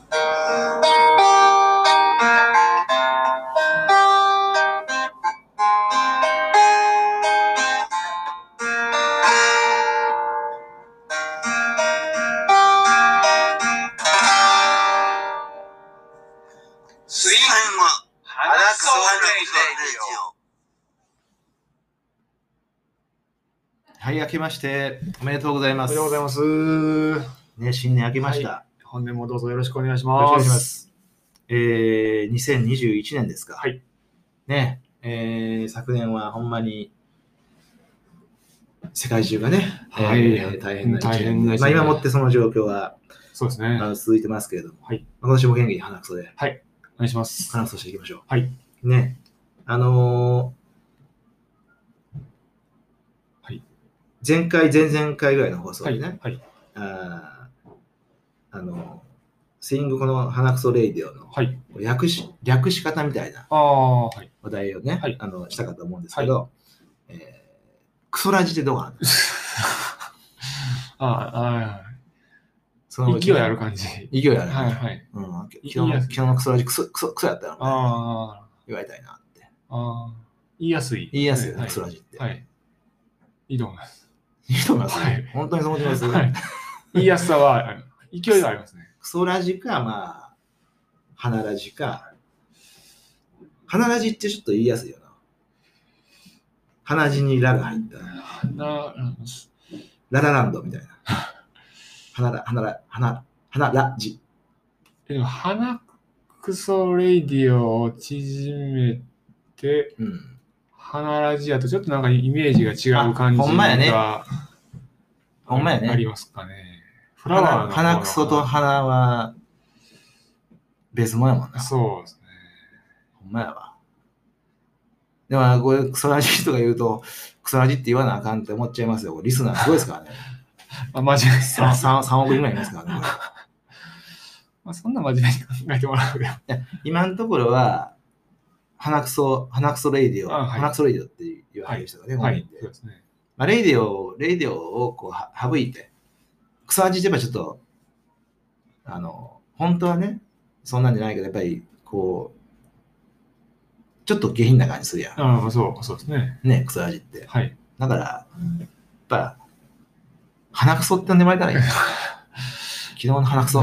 スイング花くそレイディオ。 はい、明けましておめでとうございます。 おはようございます。 ね、新年明けました。 はい、本年もどうぞよろしくお願いしよろしくお願いしま。 ますす。2021年ですか。 はい。 ね、昨年はほんまに世界中がね、 はい、 大変な一大変年で、 な一年今もってその状況はそうですね。 続いてますけれども、 はい。 今年も元気に鼻くそで、 はい。お願いします。 鼻くそしていきましょう。 はい。 ね、 はい。 前回、前々回ぐらいの放送はい。 でね、 はい。 スイングこの鼻くそレイディオのはい。 略し方みたいなはい。 話題をね、 はいしたかと思うんですけど、クソラジってどうなんですか？そのうち勢いある感じ。 勢いある、ね。 はい。はい。 昨日のクソラジクソやったの、ね、言われたいなって。 言いやすい。 言いやすいよね、 はい、 クソラジって。 はい。いいと思います。 いいと思います、ね。 はい。 本当にそう思います。 はい。言いやすさは、勢いがありますね。 クソラジか、まあ、花ラジか。花ラジってちょっと言いやすいよな。鼻血にラが入った。ララランドみたいな。花ラジ。 でも、花くそレイディオを縮めて、花ラジやとちょっとなんかイメージが違う感じがほんまやね。ほんまやね。 ありますかね。 フラワーの花くそと花は別物やもんな。 そうですね。 ほんまやわ。でも、これクソラジとか言うと、クソラジって言わなあかんって思っちゃいますよ。リスナーすごいですからね。 真面目です。 3億人ぐらいいますからね。 そんな真面目に考えてもらうよ。 今のところは、鼻くそレイディオ、鼻くそレイディオって言われる人がね、多いんで。そうですね。レイディオをこう省いて、クソラジってやっぱちょっと、本当はね、そんなんじゃないけど、やっぱりこう、ちょっと下品な感じするやん。 そうですね。 ね、クソラジって。 はい。 だから、やっぱ、鼻くそって呼んでもらえたらいい。昨日の鼻くそ。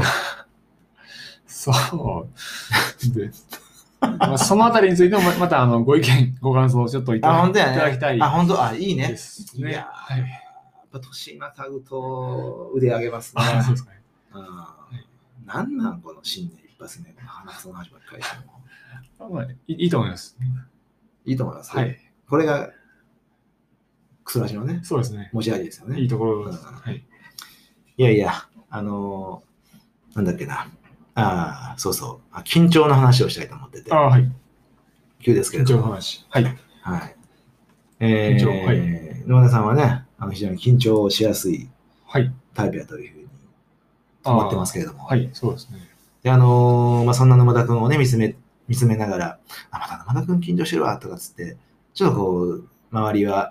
そうです。そのあたりについてもまたご意見、ご感想をちょっといただきたい。 本当、いいね。 ですね。 いや、やっぱ年またぐと腕上げますね。 そうですかね。 なんなんこの新年一発目、この鼻くその話ばっかりしても。 いいと思います。 いいと思います。 はい。 これが、クソラジのね、 そうですね。 持ち味ですよね。 いいところです。はい。 いやいや、なんだっけな。そうそう。緊張の話をしたいと思ってて。 はい。 急ですけれど。 緊張の話。はい。 はい。緊張、はい。野田さんはね、非常に緊張しやすいタイプやというふうに思ってますけれども。 はい、そうですね。 で、そんな沼田君をね、見つめながら、また沼田君緊張してるわ、とかつって、ちょっとこう、周りは、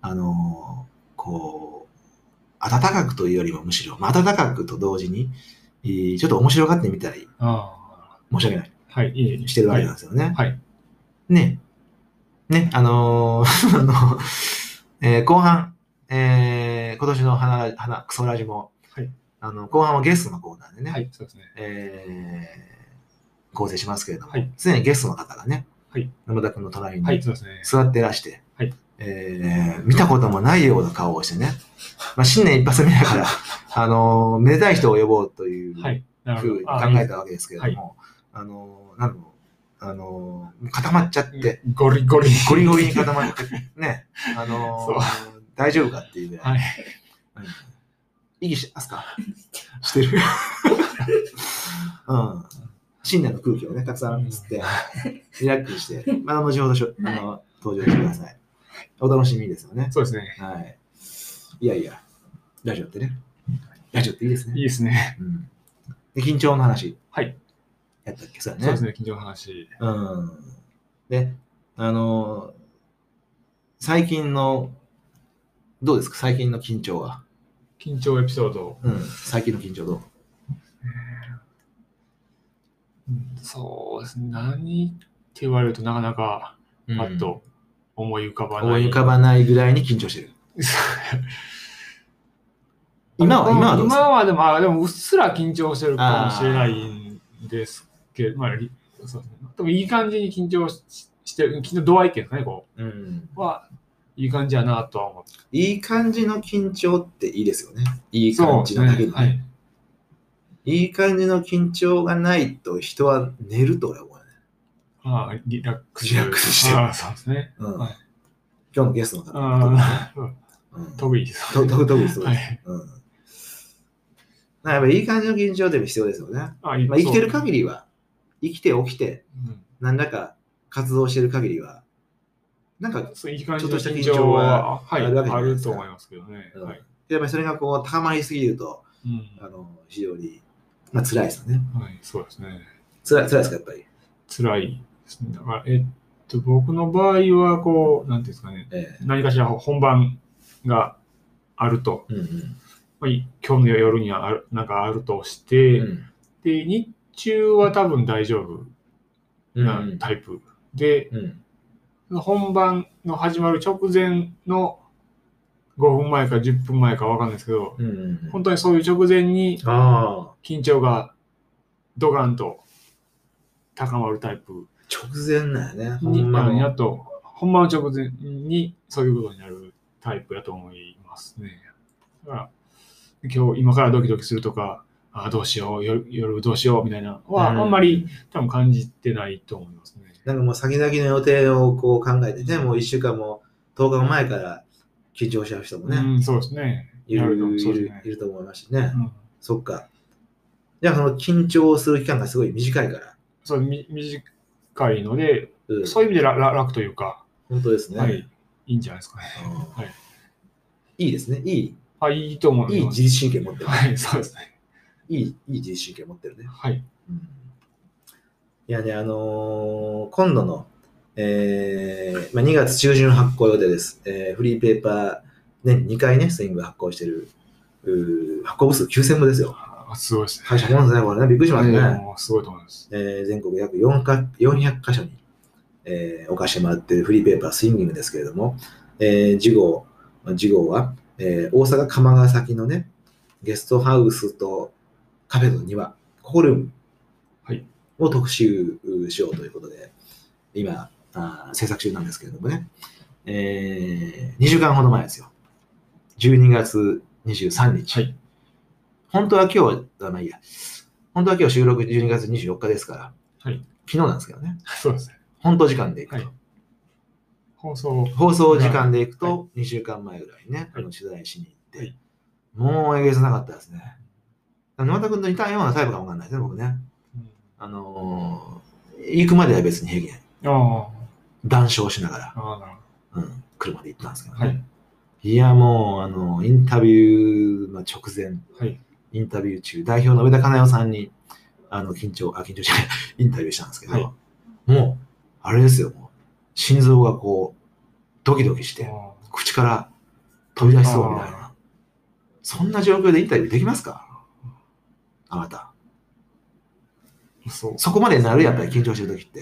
こう、温かくというよりもむしろ、温かくと同時に、ちょっと面白がってみたり、申し訳ない。 はい、 してるわけなんですよね。 はい。 ね、後半、今年のクソラジも、後半はゲストのコーナーでね、 はい、そうですね。 構成しますけれども、常にゲストの方がね、沼田君の隣に座ってらして、見たこともないような顔をしてね、新年一発目だから、めでたい人を呼ぼうというふうに考えたわけですけれども、固まっちゃって、 ゴリゴリに固まって、ね、大丈夫かっていうぐらい。息してますか？してる。新年の空気をね、たくさん吸って、リラックスして、また後ほど登場してください。お楽しみですよね。 そうですね。 はい。いやいや、ラジオってね。ラジオっていいですね。 いいですね。 で、緊張の話。 はい。 やったっけ？そうだね。 そうですね、緊張の話。 で、最近の、どうですか？最近の緊張は。 緊張エピソード。 最近の緊張どう？ そうですね。何って言われるとなかなかパッと思い浮かばない。 思い浮かばないぐらいに緊張してる。今はどうですか？ 今はでもうっすら緊張してるかもしれないんですけど、そうですね。でもいい感じに緊張してる、緊張度合いっていうんですかね、いい感じやなとは思って。 いい感じの緊張っていいですよね。いい感じのだけにね。いい感じの緊張がないと人は寝ると俺は思うね。 リラックスしてる。 そうですね。 今日のゲストの方得意です。 得意そうです。やっぱりいい感じの緊張でも必要ですよね。生きてる限りは、生きて起きて、何らか活動してる限りは、なんかちょっとした緊張はあるわけじゃないですか。 あると思いますけどね。 やっぱりそれがこう高まりすぎると、非常に辛いですよね。 そうですね。 辛いですか、やっぱり。辛いですね。だから僕の場合は、こう、なんていうんですかね、何かしら本番があると、今日の夜にはなんかあるとして、で、日中は多分大丈夫なタイプで、本番の始まる直前の5分前か10分前か分かんないですけど、本当にそういう直前に緊張がドカンと高まるタイプ。 直前だよね。 本番の直前にそういうことになるタイプだと思いますね。だから今からドキドキするとか、どうしよう、夜どうしようみたいなのは、あんまり多分感じてないと思いますね。 なんかもう先々の予定をこう考えてね、もう1週間も10日も前から緊張しちゃう人もね、 そうですね。 いると思いますしね。そっか。じゃあその緊張する期間がすごい短いから。 そう、短いので、そういう意味で楽というか。 本当ですね。 いいんじゃないですかね。 いいですね。いいと思います。 いい自律神経持ってる。 そうですね。 いい自律神経持ってるね。いやね、今度の、2月中旬発行予定です。フリーペーパー、年2回ね、スイング発行してる、発行部数9000部ですよ。 すごいですね。 会社もんですね、これね。びっくりしますね。 すごいと思います。 全国約400カ所に、置かしてもらっているフリーペーパースインギングですけれども、次号は、大阪釜ヶ崎のね、ゲストハウスとカフェの庭、ココルームを特集しようということで、今、制作中なんですけれどもね、2週間ほど前ですよ。12月23日。本当は今日、本当は今日収録12月24日ですから、昨日なんですけどね。 そうですね。 本当時間でいくと。放送時間でいくと、2週間前ぐらいにね、取材しに行って、もうえげつなかったですね。沼田君と似たようなタイプかもわかんないですね、僕ね。行くまでは別に平気ない。談笑しながら、車で行ったんですけどね。いや、もう、インタビューの直前、インタビュー中、代表の上田金代さんに、緊張じゃない、インタビューしたんですけど、もう、あれですよ、もう、心臓がこう、ドキドキして、口から飛び出しそうみたいな。そんな状況でインタビューできますか？あなた。そこまでなるやっぱり緊張してるときって。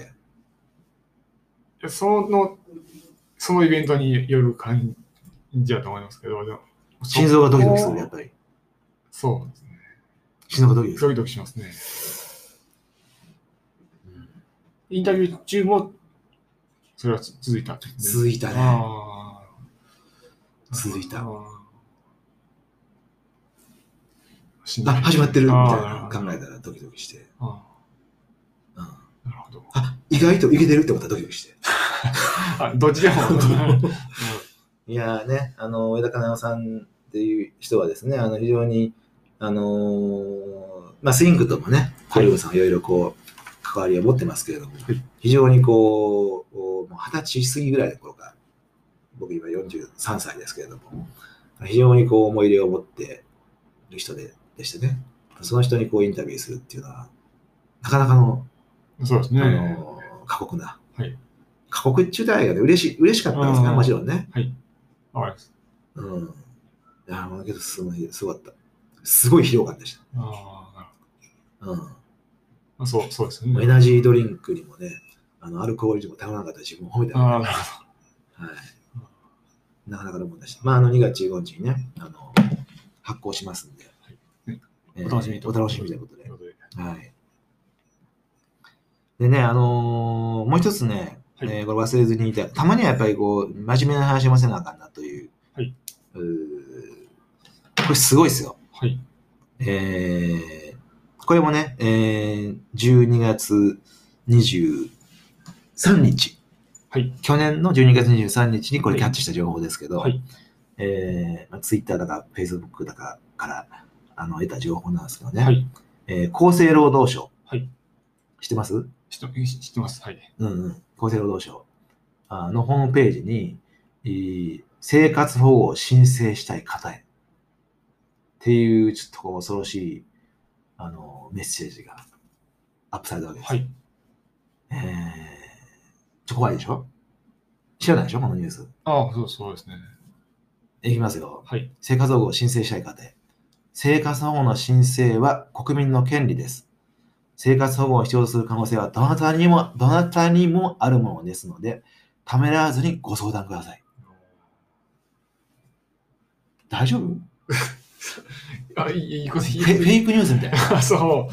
そのイベントによる感じだと思いますけど、 心臓がドキドキする、やっぱり。 そうですね。 心臓がドキドキする。 ドキドキしますね。インタビュー中も、それは続いた。 続いたね。続いた。始まってるみたいな考えたらドキドキして。 なるほど。 意外といけてるってことはドキドキして。 どっちでも。 いやね、上田金代さんっていう人はですね、非常に、スイングともね、コルームさんいろいろこう、関わりを持ってますけれども、非常にこう、20歳過ぎぐらいの頃から、僕今43歳ですけれども、非常にこう思い入れを持っている人でしてね、その人にこうインタビューするっていうのは、なかなかの、 そうですね。 過酷な。過酷っていう代がね、嬉しかったんですね、もちろんね。 わかります。 いや、だけどすごかった。すごい疲労感でした。 そうですね。 エナジードリンクにもね、アルコールにも頼らなかった自分を褒めてあげて、 なるほど。 はい。なかなかのもんだし、2月15日にね、発行しますんで、 お楽しみということで。はい。でね、もう一つね、これ忘れずに言いたい。たまにはやっぱり真面目な話もせなあかんなという。 はい。 これすごいですよ。 はい。 これもね、12月23日。 はい。 去年の12月23日にこれキャッチした情報ですけど、 はい。 ツイッターだか、フェイスブックだかから得た情報なんですけどね。 はい。 厚生労働省。 はい。 知ってます？ 知ってます。はい。 厚生労働省のホームページに、生活保護を申請したい方へっていうちょっと恐ろしいメッセージがアップされたわけです。はい。怖いでしょ？知らないでしょこのニュース。 そうですね。 いきますよ。 はい。 生活保護を申請したい方へ。生活保護の申請は国民の権利です。生活保護を必要とする可能性はどなたにもあるものですので、ためらわずにご相談ください。大丈夫？ いいことフェイクニュースみたいな。 そう。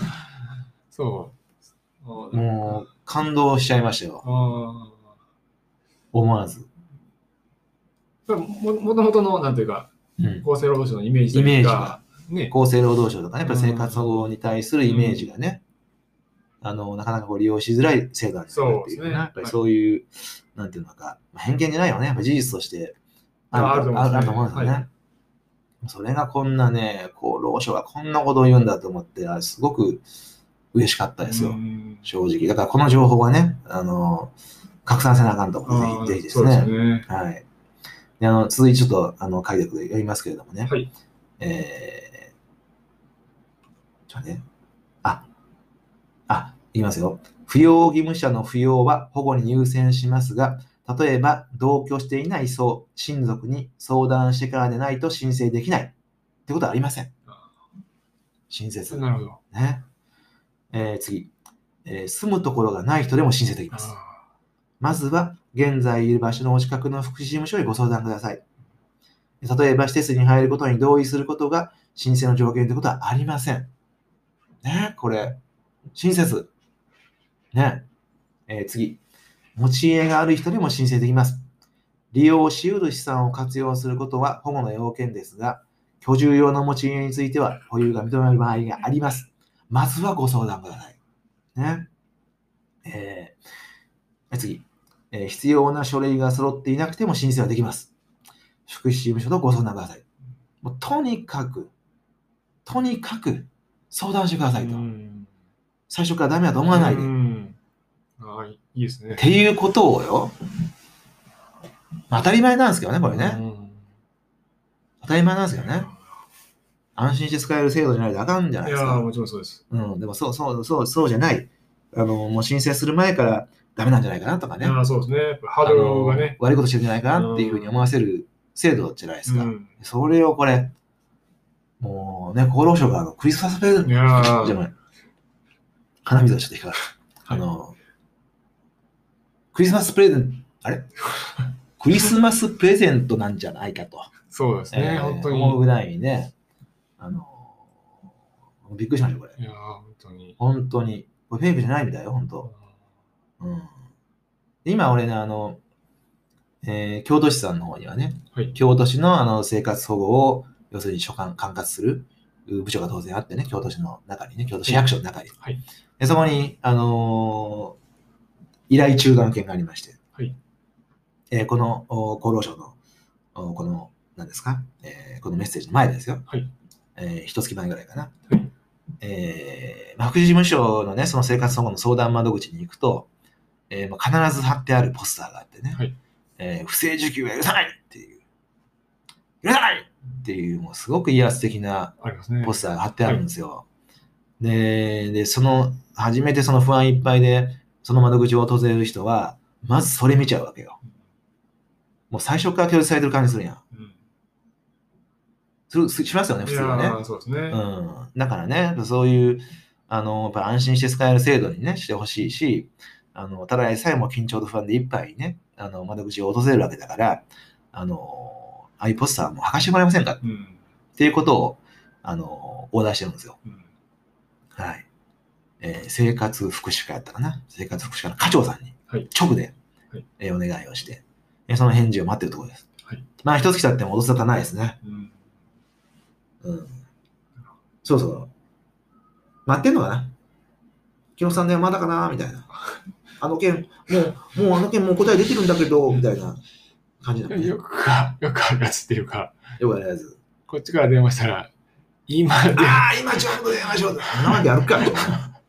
もう感動しちゃいましたよ。思わず。 もともとの、なんていうか、厚生労働省のイメージが、 ね、厚生労働省とかね、やっぱり生活保護に対するイメージがね、なかなか利用しづらい制度なんですよっていうね。やっぱりそういう、なんていうのか、偏見じゃないよね。やっぱ事実としてあると思うんですよね。それがこんなね、厚労省がこんなことを言うんだと思って、すごく嬉しかったですよ。正直。だからこの情報はね、拡散せなあかんと思って、ぜひですね。はい。で続いてちょっと書いて読みますけれどもね。 はい。 言いますよ。扶養義務者の扶養は保護に優先しますが、例えば同居していない親族に相談してからでないと申請できないってことはありません。親切。 なるほど。 ね。次、住むところがない人でも申請できます。まずは現在いる場所のお近くの福祉事務所にご相談ください。例えば施設に入ることに同意することが申請の条件ということはありません。ね、これ、親切。ね。次。持ち家がある人でも申請できます。利用し得る資産を活用することは保護の要件ですが、居住用の持ち家については保有が認められる場合があります。まずはご相談ください。ね。次。必要な書類が揃っていなくても申請はできます。福祉事務所とご相談ください。もうとにかく相談してくださいと。最初からダメだと思わないで。 いいですね。 っていうことをよ。当たり前なんですけどね、これね。当たり前なんですけどね。安心して使える制度じゃないとあかんじゃないですか。 いや、もちろんそうです。 でもそうじゃない。もう申請する前からダメなんじゃないかなとかね。 そうですね。ハードルがね。 悪いことしてるんじゃないかなっていうふうに思わせる制度じゃないですか。それをこれ、もうね、厚労省がクリスマスプレゼントじゃない。鼻水がちょっと光る。クリスマスプレゼント、あれクリスマスプレゼントなんじゃないかと。 そうですね、本当に。 思うぐらいにね、びっくりしましたよ、これ。 いや本当に。 本当に。これフェイクじゃないみたいよ、本当。今、俺ね、京都市さんの方にはね、京都市の生活保護を、要するに管轄する部署が当然あってね、京都市の中にね、京都市役所の中に。でそこに、依頼中断件がありまして、この厚労省の、この、何ですか、このメッセージの前ですよ。一月前ぐらいかな。福祉事務所のね、その生活保護の相談窓口に行くと、必ず貼ってあるポスターがあってね、不正受給は許さないっていう、許さないっていう、もうすごく威圧的なポスターが貼ってあるんですよ。で、初めてその不安いっぱいで、その窓口を訪れる人は、まずそれ見ちゃうわけよ。もう最初から拒絶されてる感じするやん。しますよね、普通はね。 そうですね。 だからね、そういう、 やっぱ安心して使える制度にね、してほしいし、ただでさえも緊張と不安でいっぱいにね、窓口を訪れるわけだから、ああいうポスターも剥がしてもらえませんか、っていうことを、オーダーしてるんですよ。はい。生活福祉課やったかな。生活福祉課の課長さんに、直で、お願いをして、その返事を待ってるところです。まあ、一月経っても脅すことはないですね。そうそう。待ってんのかな、木野さんね、まだかなみたいな。あの件、もうあの件もう答え出てるんだけど、みたいな感じなの、ね。 よくあるやつっていうか、 よくあるやつ。 こっちから電話したら、今ちょうど電話しよう。そんなわけあるか。よ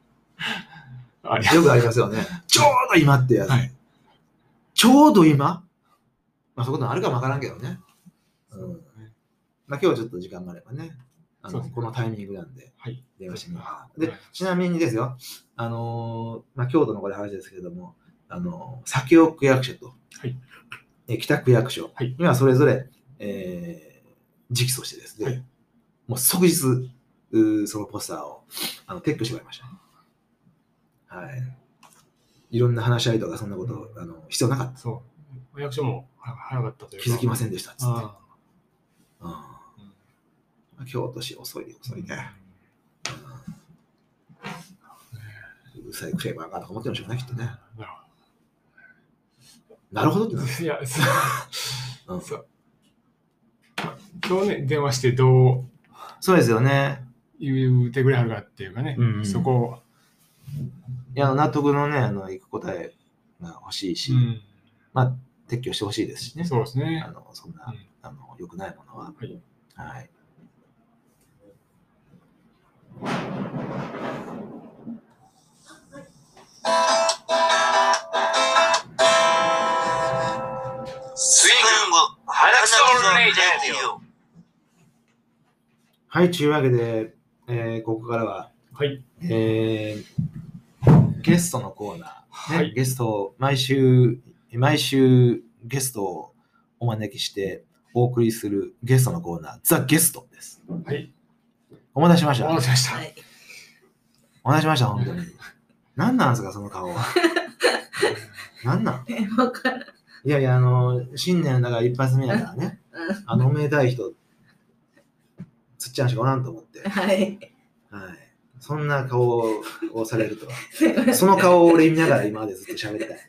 くありますよね。ちょうど今ってやつ。ちょうど今、まあ、そういうことあるかもわからんけどね。まあ、今日ちょっと時間があればね。このタイミングなんで、電話してみます。で、ちなみにですよ、まあ、京都のこれ話ですけれども、左京区役所と、北区役所にはそれぞれ、直訴してですね、もう即日、そのポスターを撤去してもらいました。はい。いろんな話し合いとか、そんなこと、必要なかった。 そう。役所も早かったというか。 気づきませんでした、つって。京都市遅いね。うるさいクレーマーがとか思ってるんでしょうね、きっとね。なるほどって。 いや、そう。今日ね、電話してどう。 そうですよね。 言うてくれはるかっていうかね、そこを。 いや、納得のね、いく答えが欲しいし、まあ、撤去してほしいですしね。 そうですね。 そんな、良くないものは。はい。はい、というわけで、ここからは、ゲストのコーナー、ね、ゲストを毎週ゲストをお招きしてお送りするゲストのコーナー、ザ・ゲストです。 はい。 お待たせしました。 お待たせしました。 お待たせしました、本当に。何なんですか、その顔は。何なん？ わからん。 いやいや、新年だから一発目やからね、おめでたい人、つっちゃんしかおらんと思って。 はい。 はい。そんな顔をされるとは。その顔を俺見ながら今までずっと喋ってたから。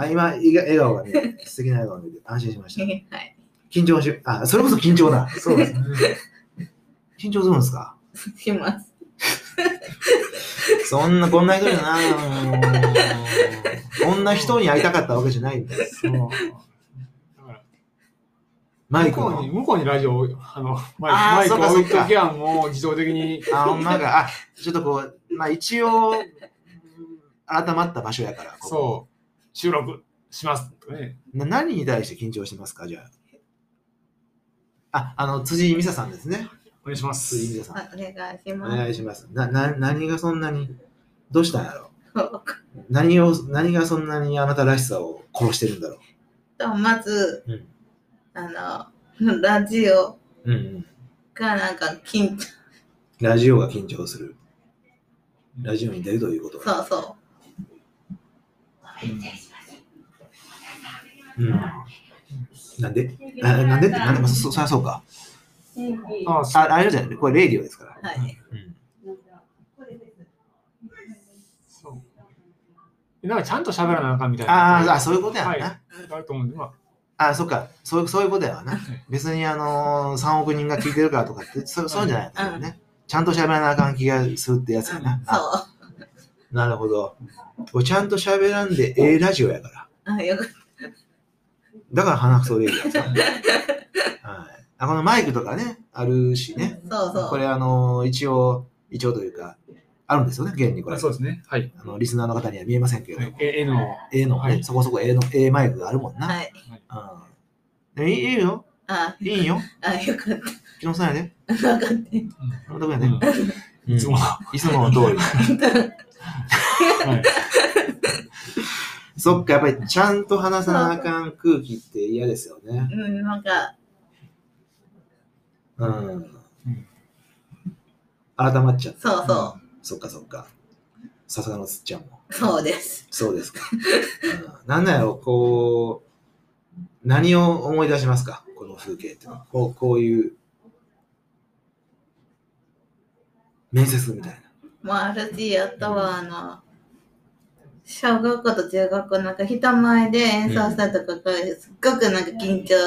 今、笑顔がね、素敵な笑顔が見て安心しました。はい。緊張し、それこそ緊張だ。 そうですね。 緊張するんですか？ します。 こんな人じゃない。こんな人に会いたかったわけじゃないんだよ。そう。マイクの向こうにラジオ、マイク置いときゃもう自動的に。 ほんまか。ちょっとこう、まあ一応、改まった場所やから。 そう。収録しますとね。 何に対して緊張してますか、じゃあ。辻井美沙さんですね。 お願いします。 辻井美沙さん。 お願いします。 お願いします。何がそんなに、どうしたんやろう。何がそんなにあなたらしさを殺してるんだろう。 まず、ラジオがなんか緊張。 ラジオが緊張する。ラジオに出るということ。 そうそう。 なんでそりゃそうか。あれじゃない、これレディオですから。 はい。 なんかちゃんと喋らなあかんみたいな。 そういうことやな。 あると思うんで、 そっか、そういうことやわな。別に3億人が聞いてるからとかって、そうじゃないんだよね。ちゃんと喋らなあかん気がするってやつやな。 そう。 なるほど。ちゃんと喋らんでラジオやから。 よかった。 だから鼻くそレディオやつ。はい。このマイクとかね、あるしね。 そうそう。 これ一応というか、あるんですよね、現にこれ。 そうですね。はい。 リスナーの方には見えませんけど。 のね、そこそこマイクがあるもんな。 はい。 いいよ。いいよ。 よかった。 木野さんやで。 分かって。 本当やで。 いつもの通り。そっか、やっぱりちゃんと話さなあかん空気って嫌ですよね。 なんか。 改まっちゃった。 そう。 そっかそっか。さすがのつっちゃんも。 そうです。 そうですか。なんだろう、こう、何を思い出しますかこの風景っていうのは。こういう、面接みたいな。 もうあるし、あとは小学校と中学校なんか人前で演奏したとかがすっごくなんか緊張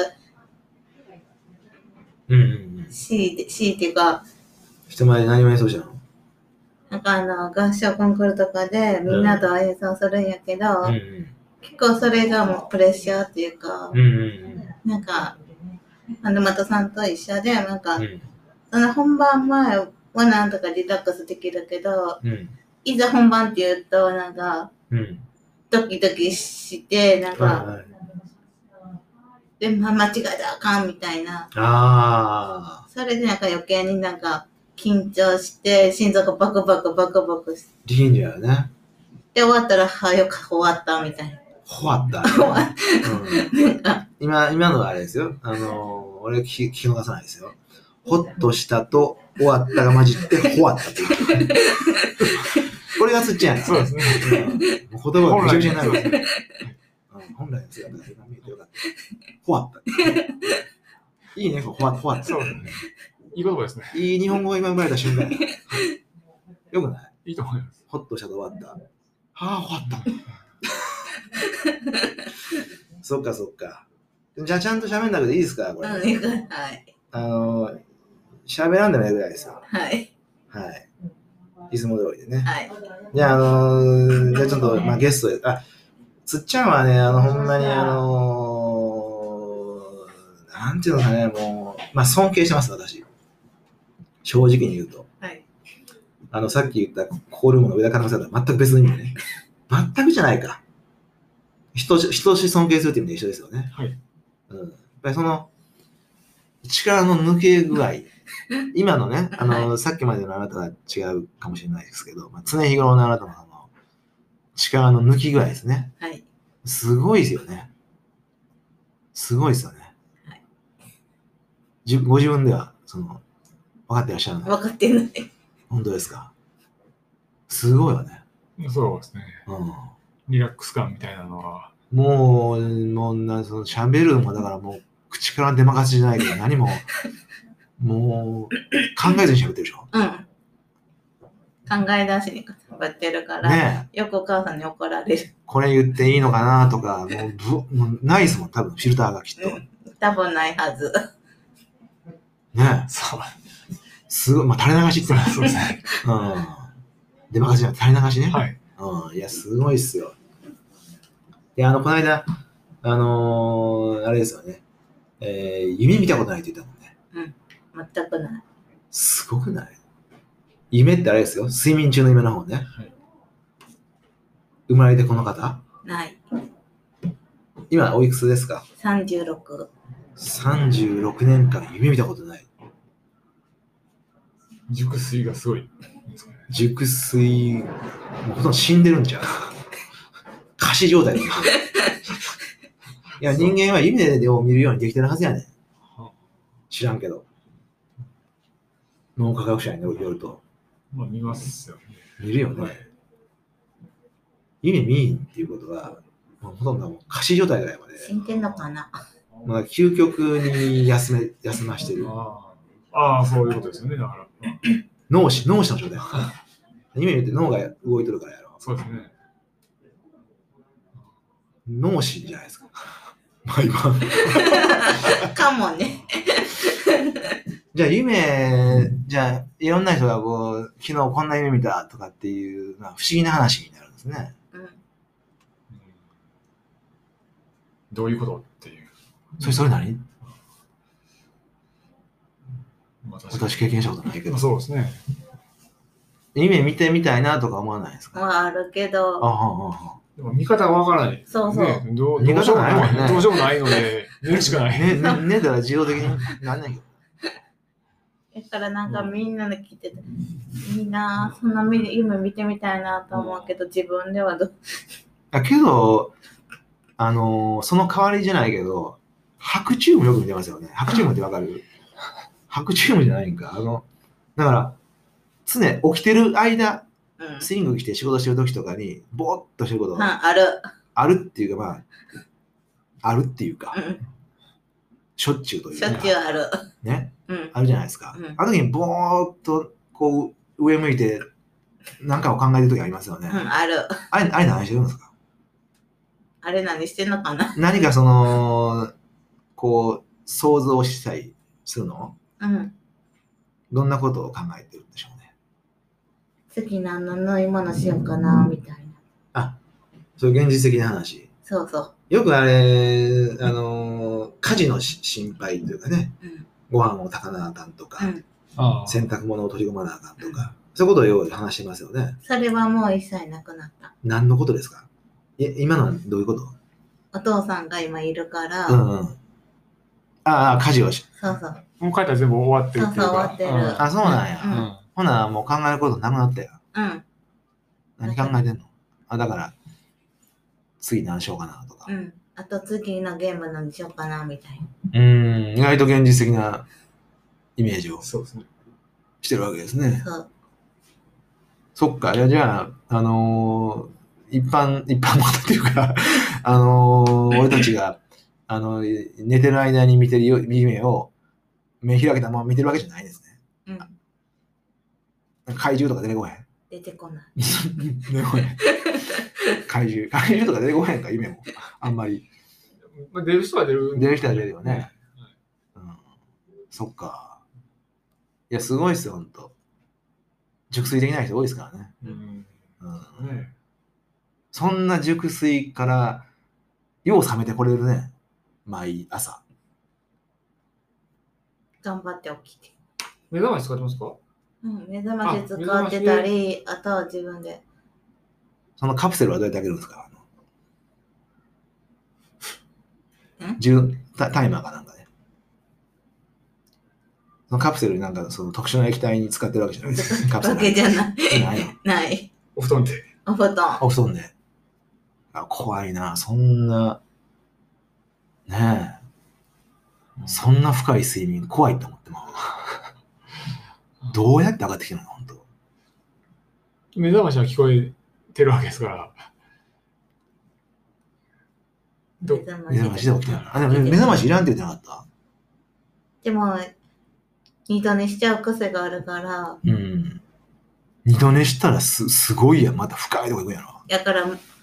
しいっていうか、 人前で何を演奏したの？ なんか合唱コンクールとかでみんなと演奏するんやけど、結構それがもうプレッシャーっていうか、なんか沼田さんと一緒でなんか、その本番前はなんとかリラックスできるけど、いざ本番って言うとなんか、ドキドキしてなんか、で間違えたらあかんみたいな。それでなんか余計になんか緊張して心臓がバクバクバクバクして。 力んじゃうね。 で終わったらよく終わったみたいな。 終わった。今のはあれですよ。俺聞き逃さないですよ。ほっとしたと終わったが混じって終わったっていう。これがつっちゃうやん。 そうですね。 言葉がめちゃくちゃになるわけ。本来の姿が今見えてよかった。終わった。いいね、終わった。 そうですね。いい言葉ですね。 いい日本語が今生まれた瞬間。よくない？ いいと思います。 ほっとしたと終わった。終わった。そっかそっか。じゃあちゃんと喋んなくていいですかこれ。 はい。 喋らんでもいいぐらいですよ。 はい。 はい。いつも通りでね。 はい。 じゃあじゃあちょっと、ゲストで、つっちゃんはね、ほんまになんていうのかね、もう、尊敬してます、私。正直に言うと。 はい。 さっき言ったコールームの上田かなさんとは全く別の意味でね。全くじゃないか。人として尊敬するって意味で一緒ですよね。 はい。 やっぱりその、力の抜け具合。今のね、さっきまでのあなたは違うかもしれないですけど、常日頃のあなたの力の抜き具合ですね。 はい。 すごいですよね。すごいですよね。はい、ご自分では、分かってらっしゃるの？ 分かってない。 本当ですか？すごいよね。 そうですね。リラックス感みたいなのは。 もう喋るもだからもう、口から出まかせじゃないけど、何も、もう、考えずに喋ってるでしょ。 考え出しに喋ってるから、ね、よくお母さんに怒られる。 これ言っていいのかなとか、もうないですもん、多分、フィルターがきっと。 多分ないはず。 ねそう。 すごい、垂れ流しって言うんですそうですね。 出まかせじゃない、垂れ流しね。 はい。 いや、すごいっすよ。で、この間、あれですよね。夢見たことないって言ったもんね。 全くない。 すごくない？夢ってあれですよ。睡眠中の夢の方ね。はい、生まれてこの方？ ない。 今、おいくつですか？ 36。 36年間夢見たことない。 熟睡がすごい。 熟睡、もうほとんど死んでるんじゃん。仮死状態だ。いや、人間は夢を見るようにできてるはずやねん。知らんけど。脳科学者によると。 見ますよね。 見るよね。はい、夢見んっていうことは、ほとんどもう仮死状態ぐらいまで。 死んでんのかな？ 究極に休ましてる。 そういうことですよね。だから。 脳死の状態。夢見て脳が動いてるからやろ。 そうですね。 脳死じゃないですか。毎晩。 かもね。 じゃあいろんな人が昨日こんな夢見たとかっていう、不思議な話になるんですね。 どういうことっていう。 それ何？私経験したことないけど。 そうですね。 夢見てみたいなとか思わないですか？ あるけど。 でも見方がわからない。 そうそう。 見方がないもんね。 どうしようもないので、寝るしかない。 寝たら自動的になんないけど。 だからなんかみんなで聞いてて、いいなぁ、そんな夢見てみたいなと思うけど、自分ではけど、その代わりじゃないけど、白チュームよく見てますよね。白チュームってわかる？白チュームじゃないんか。だから、常起きてる間、 スイング着て仕事してる時とかに、ぼーっとしてることがあるっていうか、まあ、あるっていうか、しょっちゅうというか。 しょっちゅうある。 ね。あるじゃないですか。あの時にぼーっと、こう、上向いて、何かを考えてる時ありますよね。 ある。 あれ何してるんですか？ あれ何してんのかな？ 何かこう、想像したりするの？どんなことを考えてるんでしょうね。 次何の飲み物しようかな、みたいな。 あ、そういう現実的な話。 そうそう。 よくあれ、家事の心配というかね、ご飯を炊かなあかんとか、洗濯物を取り込まなあかんとか、そういうことをよう話してますよね。 それはもう一切なくなった。 何のことですか？今のはどういうこと？ お父さんが今いるから。 ああ、家事をし。 そうそう。 もう帰ったら全部終わってるっていうか。 そうそう、終わってる。 あ、そうなんや。ほな、もう考えることなくなったよ。何考えてんの？だから、次何しようかなとか。 あと次のゲーム何しようかなみたいな。 意外と現実的なイメージをそうですね。 してるわけですね。 そう。 そっか、じゃあ、一般の方っていうか、俺たちが、寝てる間に見てる夢を目開けたまま見てるわけじゃないですね。怪獣とか出てこへん。 出てこない。 出てこへん。怪獣とか出てこへんか、夢も。あんまり。 出る人は出る。 出る人は出るよね。そっか。いや、すごいっすよ、ほんと。熟睡できない人多いですからね。そんな熟睡から、よう覚めてこれるね。毎朝。 頑張って起きて。 目覚まし使ってますか？ 目覚まし使ってたり、あとは自分で。 そのカプセルはどうやって開けるんですか？タイマーかなんかね。そのカプセルになんかその特殊な液体に使ってるわけじゃないですか。カプセルわけじゃない。 ないの？ ない。 お布団で。 お布団。 お布団で。怖いな。そんな、ねえ。そんな深い睡眠怖いと思っても。どうやって上がってきてるの？本当。 目覚ましは聞こえてるわけですから。 目覚ましで起きてる。でも目覚ましいらんって言ってなかった？ でも、二度寝しちゃう癖があるから。 二度寝したらすごいやん。また深いとこ行くんやろ。 だから、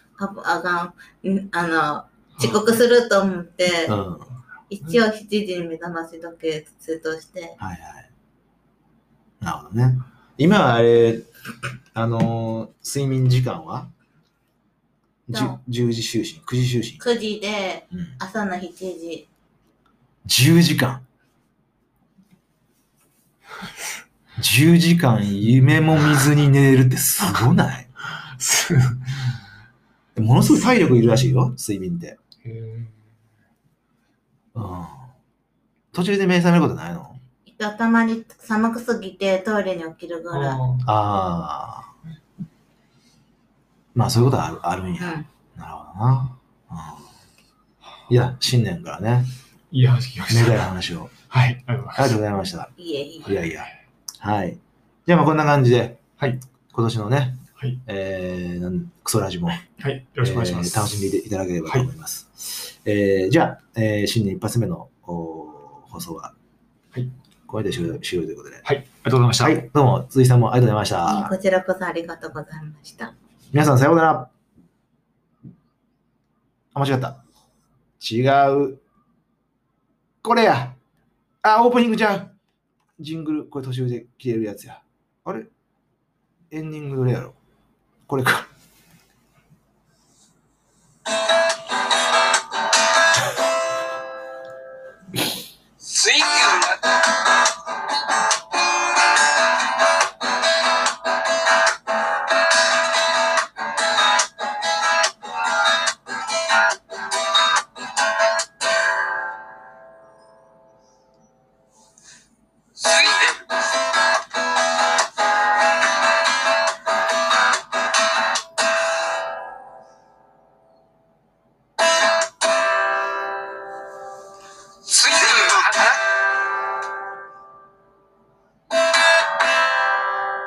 遅刻すると思って、一応7時に目覚まし時計通として。 はいはい。なるほどね。今はあれ、睡眠時間は10時就寝、9時就寝。 9時で、朝の7時。 10時間。10時間夢も見ずに寝れるってすごない？ものすごい体力いるらしいよ、睡眠って。途中で目覚めることないの？ たまに寒くすぎてトイレに起きるぐらい。 まあそういうことはあるんや。なるほどな。いや、新年からね。 いい話聞きました。 めでたい話を。 はい、 ありがとうございました。 いや。はい。じゃあまあこんな感じで、 はい。 今年のね、 はい。 クソラジも、 はい。よろしくお願いします。 楽しんでいただければと思います。じゃあ、新年一発目の放送は、はい。これで終了ということで。はい。ありがとうございました。はい。どうも、鈴井さんもありがとうございました。 こちらこそありがとうございました。 皆さん、さようなら。間違った。違う。これや。オープニングじゃん。ジングル、これ途中で消えるやつや。あれエンディングどれやろ？これか。